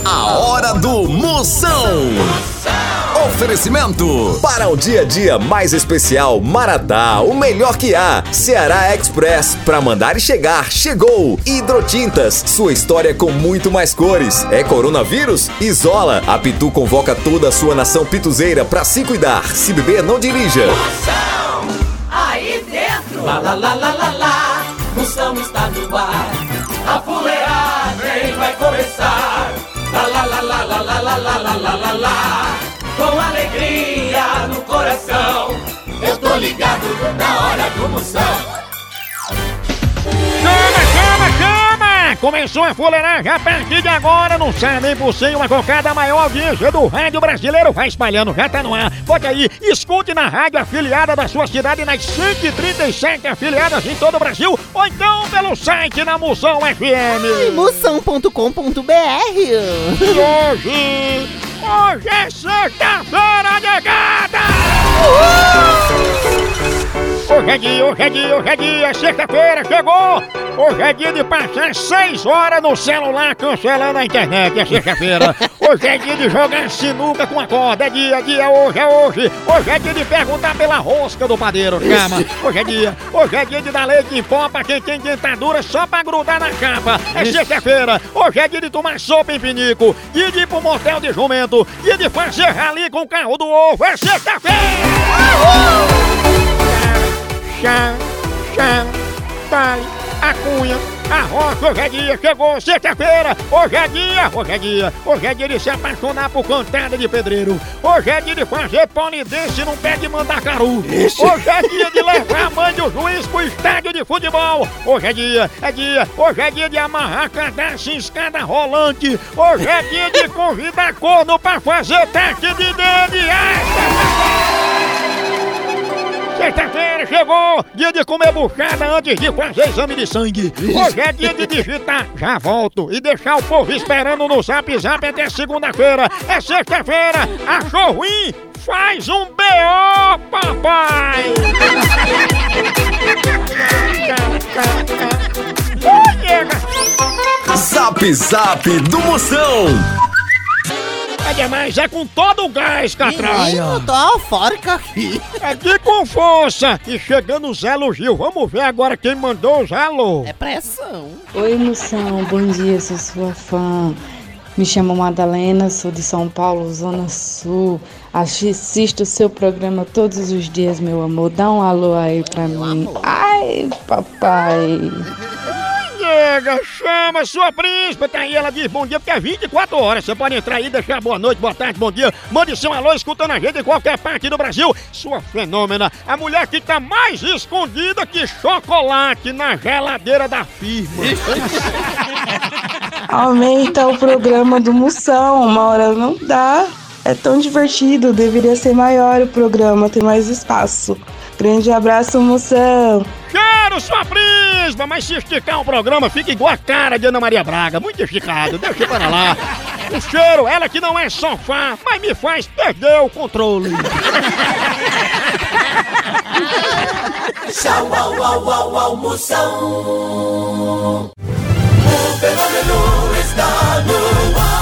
A hora do Moção. Oferecimento. Para um dia a dia mais especial, Maratá, o melhor que há. Ceará Express, pra mandar e chegar, chegou. Hidrotintas, sua história com muito mais cores. É coronavírus? Isola. A Pitu convoca toda a sua nação pituzeira pra se cuidar. Se beber, não dirija. Moção, aí dentro. Lá, lá, lá, lá, lá, lá. Moção está no ar. A fuleagem vai começar. Lá, lá, lá, lá, lá, lá, lá, lá, lá, lá, lá, lá. Com alegria no coração, eu tô ligado na hora do Moção. Chama! Começou a fuleiragem a partir de agora, não sai nem por cima, uma cocada, a maior audiência do rádio brasileiro, vai espalhando, já tá no ar. Pode aí, escute na rádio afiliada da sua cidade, nas 137 afiliadas em todo o Brasil, ou então pelo site da Moção FM. Moção.com.br. Hoje é sexta-feira, negada! Hoje é dia, sexta-feira chegou! Hoje é dia de passar 6 horas no celular cancelando a internet, é sexta-feira. Hoje é dia de jogar sinuca com a corda, é dia, hoje é hoje. Hoje é dia de perguntar pela rosca do padeiro, chama. Hoje é dia de dar leite em pó pra quem tem dentadura só pra grudar na capa, é sexta-feira. Hoje é dia de tomar sopa em pinico, dia de ir pro motel de jumento, dia de fazer rali com o carro do ovo, é sexta-feira! Dai, a cunha, a rocha, hoje é dia, chegou sexta-feira, hoje é dia de se apaixonar por cantada de pedreiro, hoje é dia de fazer polidense num pé de mandacaru, hoje é dia de levar a mãe do juiz pro estádio de futebol, hoje é dia de amarrar cadastro em escada rolante, hoje é dia de convidar corno pra fazer teste de DNA. Sexta-feira chegou, dia de comer buchada antes de fazer exame de sangue. Hoje é dia de digitar, já volto, e deixar o povo esperando no Zap Zap até segunda-feira. É sexta-feira, achou ruim? Faz um B.O., papai! Zap Zap do Moção. É demais, é com todo o gás, Catraia. Eu tô eufórica aqui. É de com força. E chegando os elogios, vamos ver agora quem mandou os alô. É pressão. Oi, Moção, bom dia, sou sua fã. Me chamo Madalena, sou de São Paulo, Zona Sul. Assisto o seu programa todos os dias, meu amor. Dá um alô aí pra mim. Ai, papai. Nega, chama sua príncipe, tá aí, ela diz bom dia, porque é 24 horas, você pode entrar aí, deixar boa noite, boa tarde, bom dia, mande seu alô escutando a gente em qualquer parte do Brasil, sua fenômena, a mulher que tá mais escondida que chocolate na geladeira da firma. Aumenta o programa do Moção, uma hora não dá, é tão divertido, deveria ser maior o programa, ter mais espaço. Grande abraço, Moção. Quero sua prisma, mas se esticar o programa fica igual a cara de Ana Maria Braga, muito esticado, deixa para lá. O cheiro, ela que não é sofá, mas me faz perder o controle. Tchau, au, Moção. O fenômeno está no ar.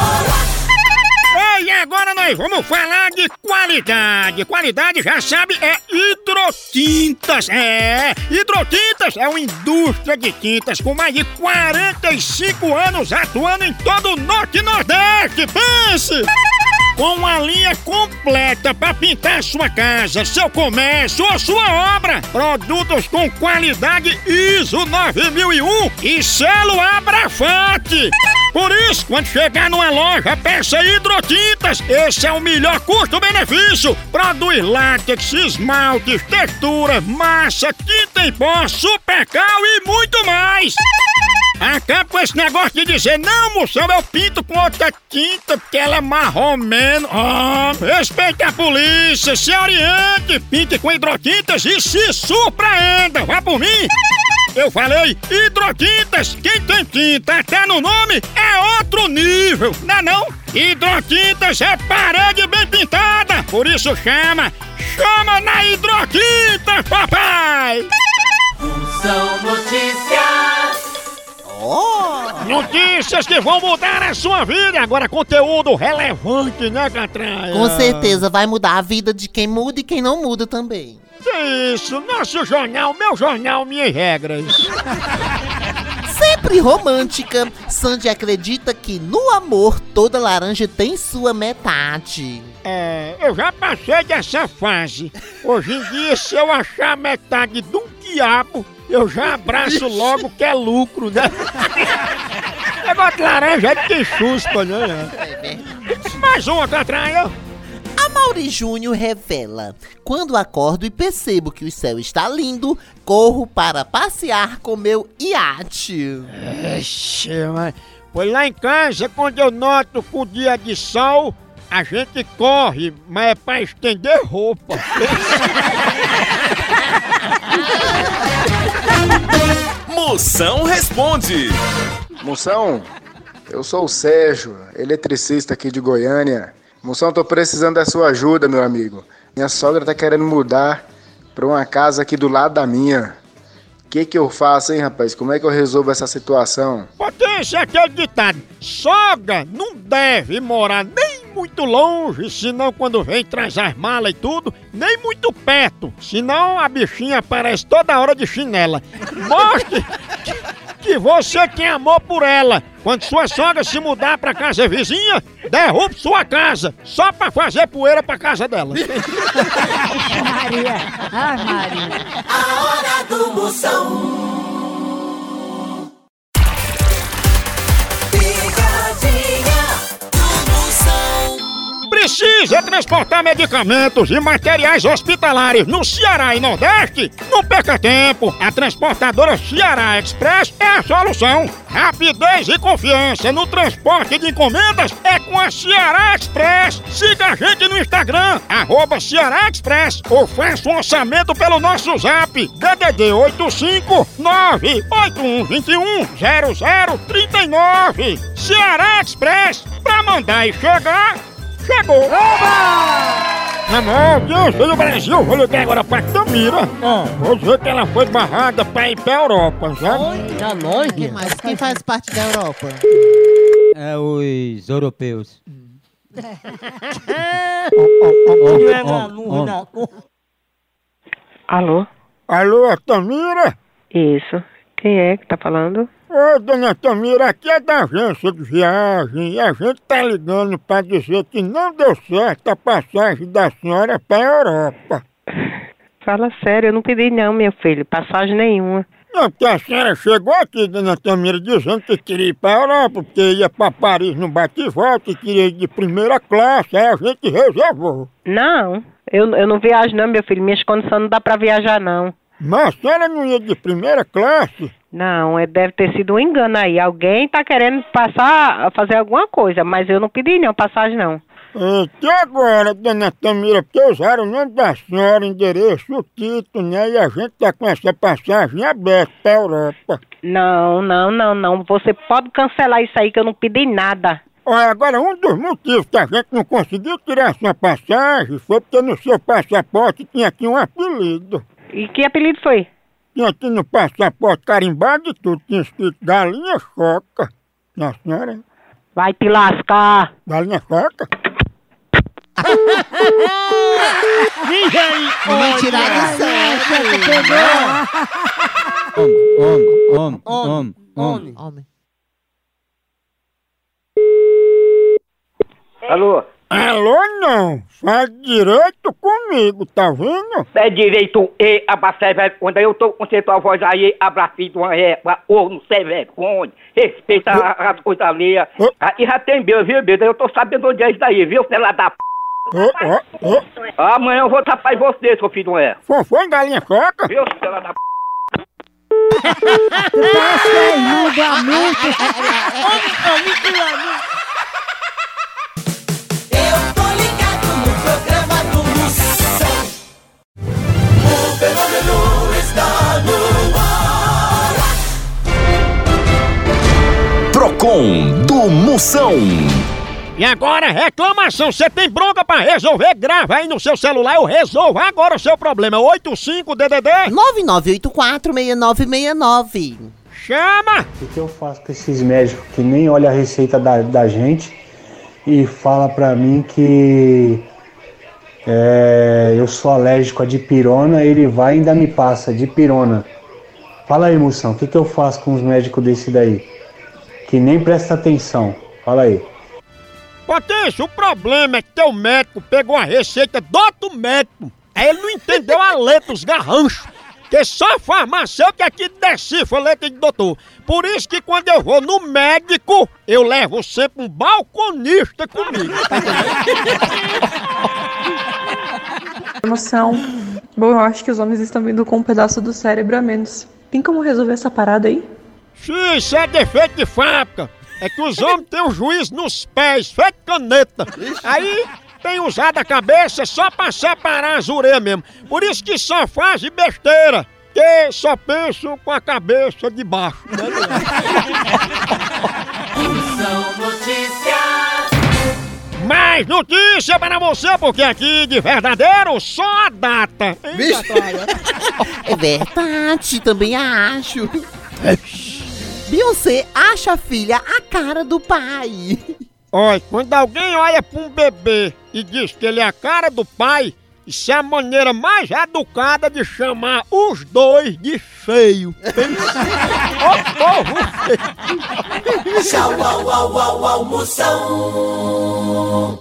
E agora nós vamos falar de qualidade. Qualidade, já sabe, é Hidrotintas. Hidrotintas é uma indústria de tintas com mais de 45 anos atuando em todo o Norte e Nordeste. Pense! Com uma linha completa para pintar sua casa, seu comércio ou sua obra. Produtos com qualidade ISO 9001 e selo Abrafate. Por isso, quando chegar numa loja, peça Hidrotintas. Esse é o melhor custo-benefício. Produz látex, esmaltes, texturas, massa, tinta em pó, supercal e muito mais. Acaba com esse negócio de dizer, não, Moção, eu pinto com outra tinta porque ela é marromeno. Respeite a polícia, se oriente, pinte com Hidrotintas e se surpreenda. Vá por mim. Eu falei Hidrotintas, quem tem tinta até no nome é outro nível, não é não? Hidrotintas é parede bem pintada, por isso chama na Hidrotintas, papai! São notícias. Notícias que vão mudar a sua vida. Agora conteúdo relevante, né, Catraia? Com certeza vai mudar a vida de quem muda e quem não muda também. Que isso? Nosso jornal, meu jornal, minhas regras. Sempre romântica, Sandy acredita que no amor toda laranja tem sua metade. Eu já passei dessa fase. Hoje em dia, se eu achar metade de um quiabo, eu já abraço logo que é lucro, né? Negócio de laranja é de quem chuspa, né? Mais uma, Catraia. A Mauri Júnior revela: quando acordo e percebo que o céu está lindo, corro para passear com meu iate. Pois lá em casa, quando eu noto que o dia de sol, a gente corre, mas é pra estender roupa. Moção responde. Moção, eu sou o Sérgio, eletricista aqui de Goiânia. Moção, tô precisando da sua ajuda, meu amigo. Minha sogra tá querendo mudar pra uma casa aqui do lado da minha. O que eu faço, hein, rapaz? Como é que eu resolvo essa situação? Potência, aquele ditado: sogra não deve morar nem muito longe, senão quando vem traz as malas e tudo, nem muito perto, senão a bichinha aparece toda hora de chinela. Mostre que você tem amor por ela. Quando sua sogra se mudar pra casa vizinha, derrube sua casa, só pra fazer poeira pra casa dela. Maria, ai Maria. A hora do Moção. Picadinha do Moção. Precisa transportar medicamentos e materiais hospitalares no Ceará e Nordeste? Não perca tempo! A transportadora Ceará Express é a solução! Rapidez e confiança no transporte de encomendas é com a Ceará Express! Siga a gente no Instagram, @Ceará Express, ou faça um orçamento pelo nosso zap, DDD 859-8121-0039. Ceará Express, pra mandar e chegar, chegou! Na audiência do Brasil, vou ligar agora pra Tamira. Vou dizer que ela foi barrada pra ir pra Europa, sabe? Já nós? Quem mais? Quem faz parte da Europa? É os europeus. Alô? Alô, é Tamira? Isso. Quem é que tá falando? Oi, dona Tamira, aqui é da agência de viagem e a gente tá ligando pra dizer que não deu certo a passagem da senhora pra Europa. Fala sério, eu não pedi não, meu filho, passagem nenhuma. Não, porque a senhora chegou aqui, dona Tamira, dizendo que queria ir pra Europa, porque ia pra Paris no bate e volta e queria ir de primeira classe, aí a gente reservou. Não, eu não viajo não, meu filho, minhas condições não dá pra viajar não. Mas a senhora não ia de primeira classe? Não, deve ter sido um engano aí, alguém tá querendo fazer alguma coisa, mas eu não pedi não, passagem não. E agora, dona Tamira, porque usaram o nome da senhora, endereço, o título, né? E a gente tá com essa passagem aberta pra Europa. Não, você pode cancelar isso aí que eu não pedi nada. Olha, agora um dos motivos que a gente não conseguiu tirar sua passagem foi porque no seu passaporte tinha aqui um apelido. E que apelido foi? Tinha aqui no passaporte carimbado e tudo, tinha escrito Galinha Choca. Minha senhora? Vai te lascar! Galinha Choca? Vai tirar do Homem. Alô? Alô, não. Faz direito comigo, tá vendo? É direito e abacete, quando eu tô com a voz aí, abraço uma égua, ou não sei vergonha, respeita as coisas ali. E já tem meu, viu, Bida? Eu tô sabendo onde é isso daí, viu, filha da p. Amanhã eu vou tapar em você, seu filho de uma égua. Foi em Galinha Choca? Viu, filha da p. Parece que é irmão do amigo. Eu tô ligado no programa do Moção. O fenômeno está no ar. Procon do Moção. E agora, reclamação. Você tem bronca pra resolver? Grava aí no seu celular, eu resolvo agora o seu problema. 85-DDD 9984-6969. chama! O que eu faço com esses médicos que nem olham a receita da gente e fala pra mim que eu sou alérgico a dipirona, ele vai e ainda me passa dipirona. Fala aí, Moção, o que eu faço com os médicos desse daí? Que nem presta atenção. Fala aí. Potência, o problema é que teu médico pegou a receita do outro médico. Aí ele não entendeu a letra, os garranchos. Que só farmacêutico aqui decifra a letra de doutor. Por isso que quando eu vou no médico, eu levo sempre um balconista comigo. Emoção. Bom, eu acho que os homens estão vindo com um pedaço do cérebro a menos. Tem como resolver essa parada aí? Sim, isso é defeito de fábrica. É que os homens têm um juiz nos pés, feito caneta. Aí tem usado a cabeça só pra separar as orelhas mesmo. Por isso que só faz besteira. Que só penso com a cabeça de baixo. Mais notícia para você, porque aqui de verdadeiro só a data. É verdade, também acho. Beyoncé acha a filha a cara do pai. Olha, quando alguém olha pra um bebê e diz que ele é a cara do pai, isso é a maneira mais educada de chamar os dois de feio. Ô povo feio. Tchau, au, au, au, au, Moção.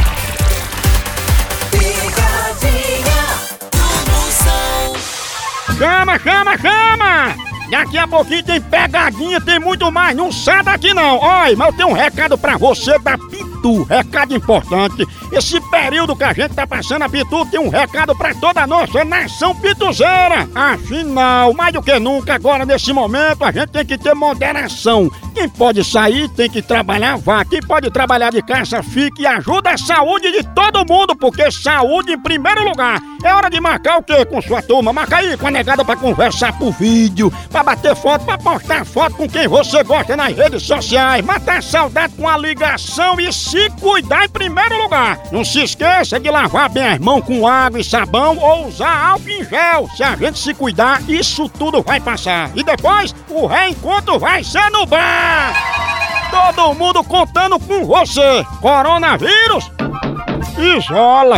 Pegadinha do Moção. Chama, chama, chama! Daqui a pouquinho tem pegadinha, tem muito mais, não sai daqui não. Olha, mas eu tenho um recado pra você da Pitu, recado importante. Esse período que a gente tá passando, a Pitu tem um recado pra toda a nossa nação pituzeira. Afinal, mais do que nunca, agora nesse momento, a gente tem que ter moderação. Quem pode sair tem que trabalhar, vá. Quem pode trabalhar de casa, fique e ajuda a saúde de todo mundo, porque saúde em primeiro lugar. É hora de marcar o quê com sua turma? Marca aí com a negada pra conversar por vídeo, pra bater foto, pra postar foto com quem você gosta nas redes sociais, matar saudade com a ligação e se cuidar em primeiro lugar. Não se esqueça de lavar bem as mãos com água e sabão ou usar álcool em gel. Se a gente se cuidar, isso tudo vai passar. E depois, o reencontro vai ser no bar. Todo mundo contando com você. Coronavírus, isola.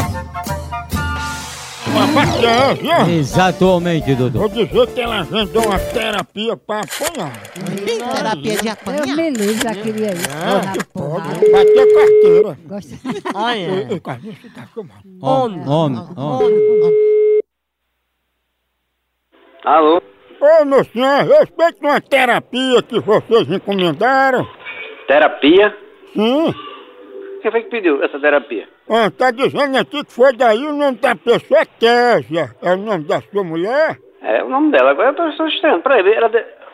Uma paciência. Exatamente, Dudu. Vou dizer que ela agendou uma terapia pra apanhar. Terapia de apanhar? Eu me livro aquele aí. Que pode bater carteira. Olha. Carlinhos, você tá filmando. Homem. Alô? Ô, meu senhor, a respeito de uma terapia que vocês encomendaram. Terapia? Sim. Quem foi que pediu essa terapia? Tá dizendo aqui que foi daí o nome da pessoa, Késia. É o nome da sua mulher? É o nome dela, agora eu tô estranho. Peraí, ela...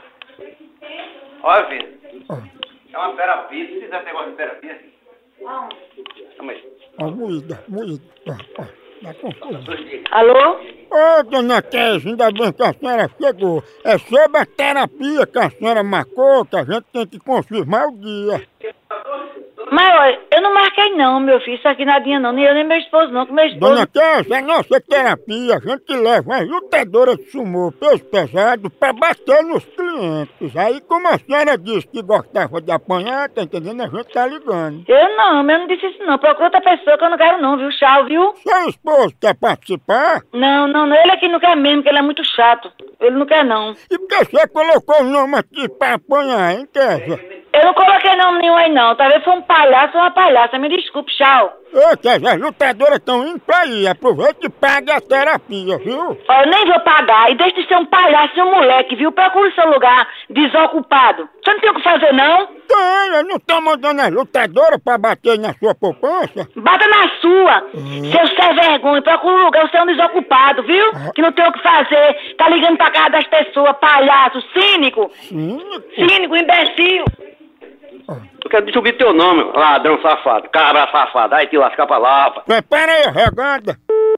Olha, filho. É uma terapia, se fizer esse negócio de terapia... Calma aí. Moída. Dá confusão. Alô? Ô, dona Késia, ainda bem que a senhora chegou. É sobre a terapia que a senhora marcou, que a gente tem que confirmar o dia. Mas olha, eu não marquei não, meu filho, isso aqui nadinha não, nem eu nem meu esposo não, que meu esposo... Dona Késia, a nossa terapia, a gente leva umas lutadoras de sumô, peso pesado, pra bater nos clientes. Aí, como a senhora disse que gostava de apanhar, tá entendendo? A gente tá ligando. Eu não disse isso não, procura outra pessoa que eu não quero não, viu, tchau, viu? Seu esposo quer participar? Não, ele aqui não quer mesmo, que ele é muito chato, ele não quer não. E por que você colocou o nome aqui pra apanhar, hein, Késia? Eu não coloquei nome nenhum aí não, talvez foi um palhaço ou uma palhaça, me desculpe, tchau. Ô, Késia, as lutadoras estão indo pra aí, aproveita e paga a terapia, viu? Ó, eu nem vou pagar, e deixa de ser um palhaço e um moleque, viu? Procure seu lugar desocupado. Você não tem o que fazer, não? Tem, eu não tô mandando as lutadoras pra bater na sua poupança. Bata na sua, seu sem vergonha, procura um lugar, você é um desocupado, viu? Que não tem o que fazer, tá ligando pra casa das pessoas, palhaço, cínico. Cínico, imbecil. Eu quero descobrir teu nome, ladrão safado, cabra safado, aí te lascar pra lá, rapaz. Prepara aí, regada.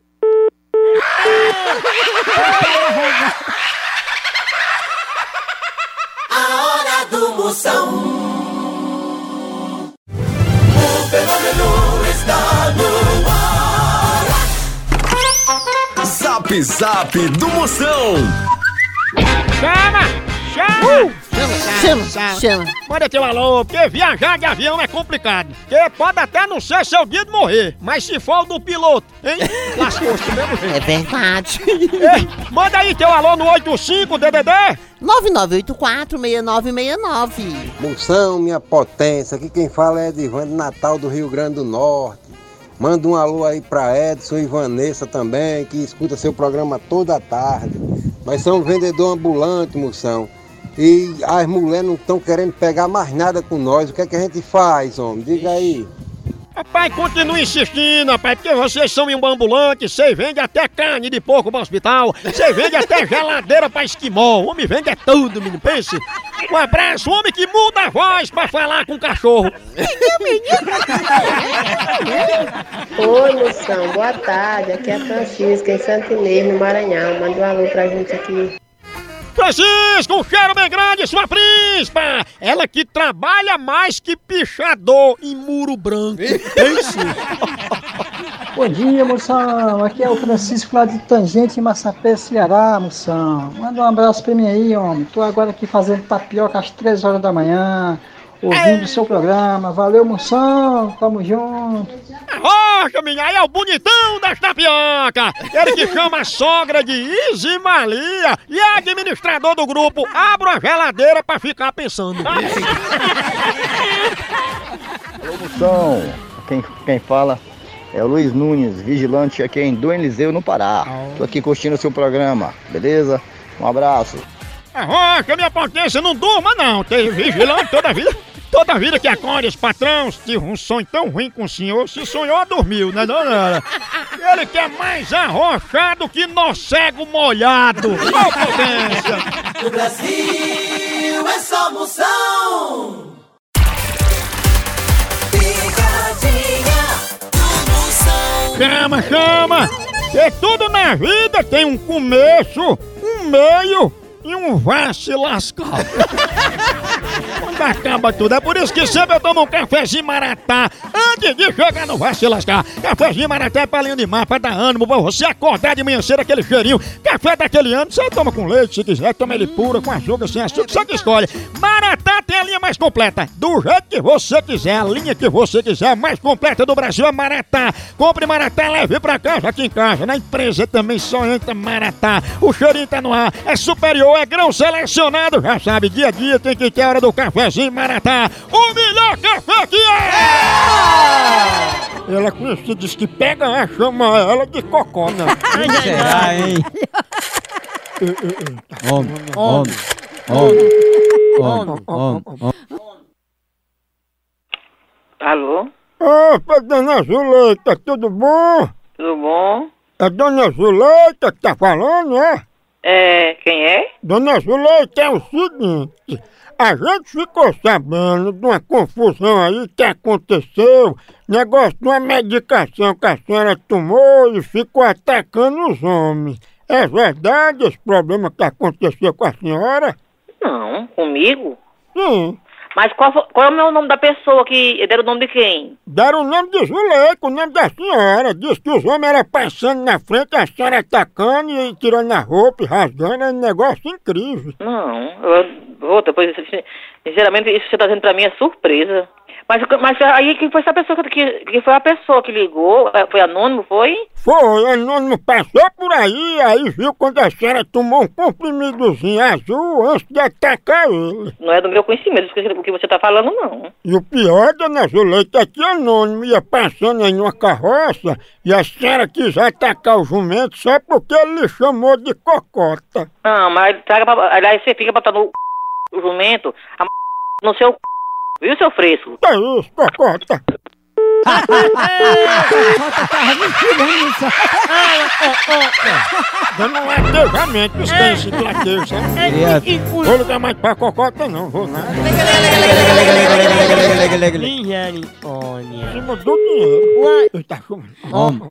A hora do Moção. O fenômeno está no ar. Zap Zap do Moção. Chama! Chama. Manda teu alô, porque viajar de avião é complicado. Porque pode até não ser seu dia de morrer, mas se for o do piloto, hein? Lascou-se do mesmo jeito. É verdade. Ei, manda aí teu alô no 85-DDD 9984-6969. Moção, minha potência, aqui quem fala é Edivando Natal do Rio Grande do Norte. Manda um alô aí pra Edson e Vanessa também, que escuta seu programa toda tarde. Nós somos vendedor ambulante, moção. E as mulheres não estão querendo pegar mais nada com nós. O que é que a gente faz, homem? Diga aí. Rapaz, continue insistindo, rapaz, porque vocês são um ambulante, vocês vendem até carne de porco pro hospital, vocês vendem até geladeira pra esquimó, o homem vende é tudo, menino, pense. Um abraço, homem que muda a voz pra falar com o cachorro. Oi, moção, boa tarde, aqui é a Francisca, em Santo Inês, no Maranhão, manda um alô pra gente aqui. Francisco, um cheiro bem grande, sua príncipa! Ela que trabalha mais que pichador em muro branco. Bom dia, moção. Aqui é o Francisco lá de Tangente, em Massapé, Ceará, moção. Manda um abraço pra mim aí, homem. Tô agora aqui fazendo tapioca às 3 horas da manhã, ouvindo o seu programa. Valeu, moção. Tamo junto. Rocha, minha, aí é o bonitão das tapioca! Ele que chama a sogra de Izzy Malia e é administrador do grupo Abro a Geladeira pra ficar pensando. Alô, moção. Quem fala é o Luiz Nunes, vigilante aqui em Dom Eliseu, no Pará. Tô aqui curtindo o seu programa, beleza? Um abraço. Rocha, minha potência, não durma não, tem vigilante toda a vida. Toda vida que acorda, os patrões tive um sonho tão ruim com o senhor, se sonhou, dormiu, né, dona? Ele que é mais arrochado que nó cego molhado. Ô, potência! O Brasil é só moção. Picadinha do Moção. Chama! Que tudo na vida tem um começo, um meio e um vai se lascar. Quando acaba tudo, é por isso que sempre eu tomo um cafezinho maratá antes de chegar no vai se lascar. Cafezinho maratá é palinho de mar, pra dar ânimo, pra você acordar de manhã cedo aquele cheirinho. Café daquele ano, você toma com leite, se quiser, toma ele puro, com açúcar, sem açúcar, você que escolhe. Maratá tem a linha mais completa, do jeito que você quiser, a linha que você quiser, a mais completa do Brasil é Maratá. Compre Maratá, leve pra casa, aqui em casa, na empresa também só entra Maratá. O cheirinho tá no ar, é superior, é grão selecionado, já sabe, dia a dia tem que ter a hora do cafezinho Maratá. O melhor café que é! Ela conhecida, diz que pega ela, chama ela de cocona. Será, hein? Homem. Alô? Opa, dona Zuleika, tudo bom? Tudo bom? É dona Zuleika que tá falando, é? É, quem é? Dona Zuleika, é o seguinte, a gente ficou sabendo de uma confusão aí que aconteceu, negócio de uma medicação que a senhora tomou e ficou atacando os homens. É verdade esse problema que aconteceu com a senhora? Não, comigo? Sim. Mas qual é o nome da pessoa que... Deram o nome de quem? Deram o nome de Zuleika, o nome da senhora. Diz que os homens eram passando na frente, a senhora atacando e tirando a roupa e rasgando, é um negócio incrível. Não, depois, sinceramente, isso que você tá dizendo pra mim é surpresa. Mas aí quem foi essa pessoa que foi a pessoa que ligou? Foi anônimo, foi? Foi, anônimo passou por aí viu quando a senhora tomou um comprimidozinho azul antes de atacar ele. Não é do meu conhecimento o que você tá falando, não. E o pior, dona Zuleika, é que anônimo ia passando aí numa carroça e a senhora quis atacar o jumento só porque ele lhe chamou de cocota. Não, mas aliás, você fica botando o jumento no seu viu, seu fresco? Que isso, cocota? Dando um latejamento, esquece de latejo, sabe? Vou ligar mais pra cocota não, vou nada. Em cima do dinheiro. Ele tá chamando.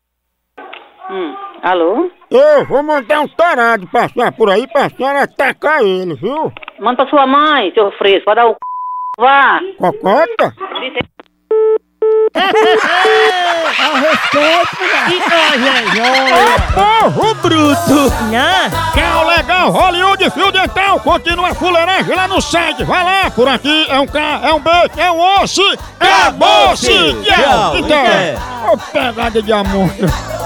Alô? Eu vou mandar um tarado passar por aí pra senhora atacar ele, viu? Manda pra sua mãe, seu fresco, vai dar o vá! Cocota? Povo bruto! Tchau, legal, Hollywood Fio Dental, continua a fuleiragem lá no site, vai lá, por aqui é um K, é um B, é um osso, acabou-se! Tchau! Então, ô pegada de amor!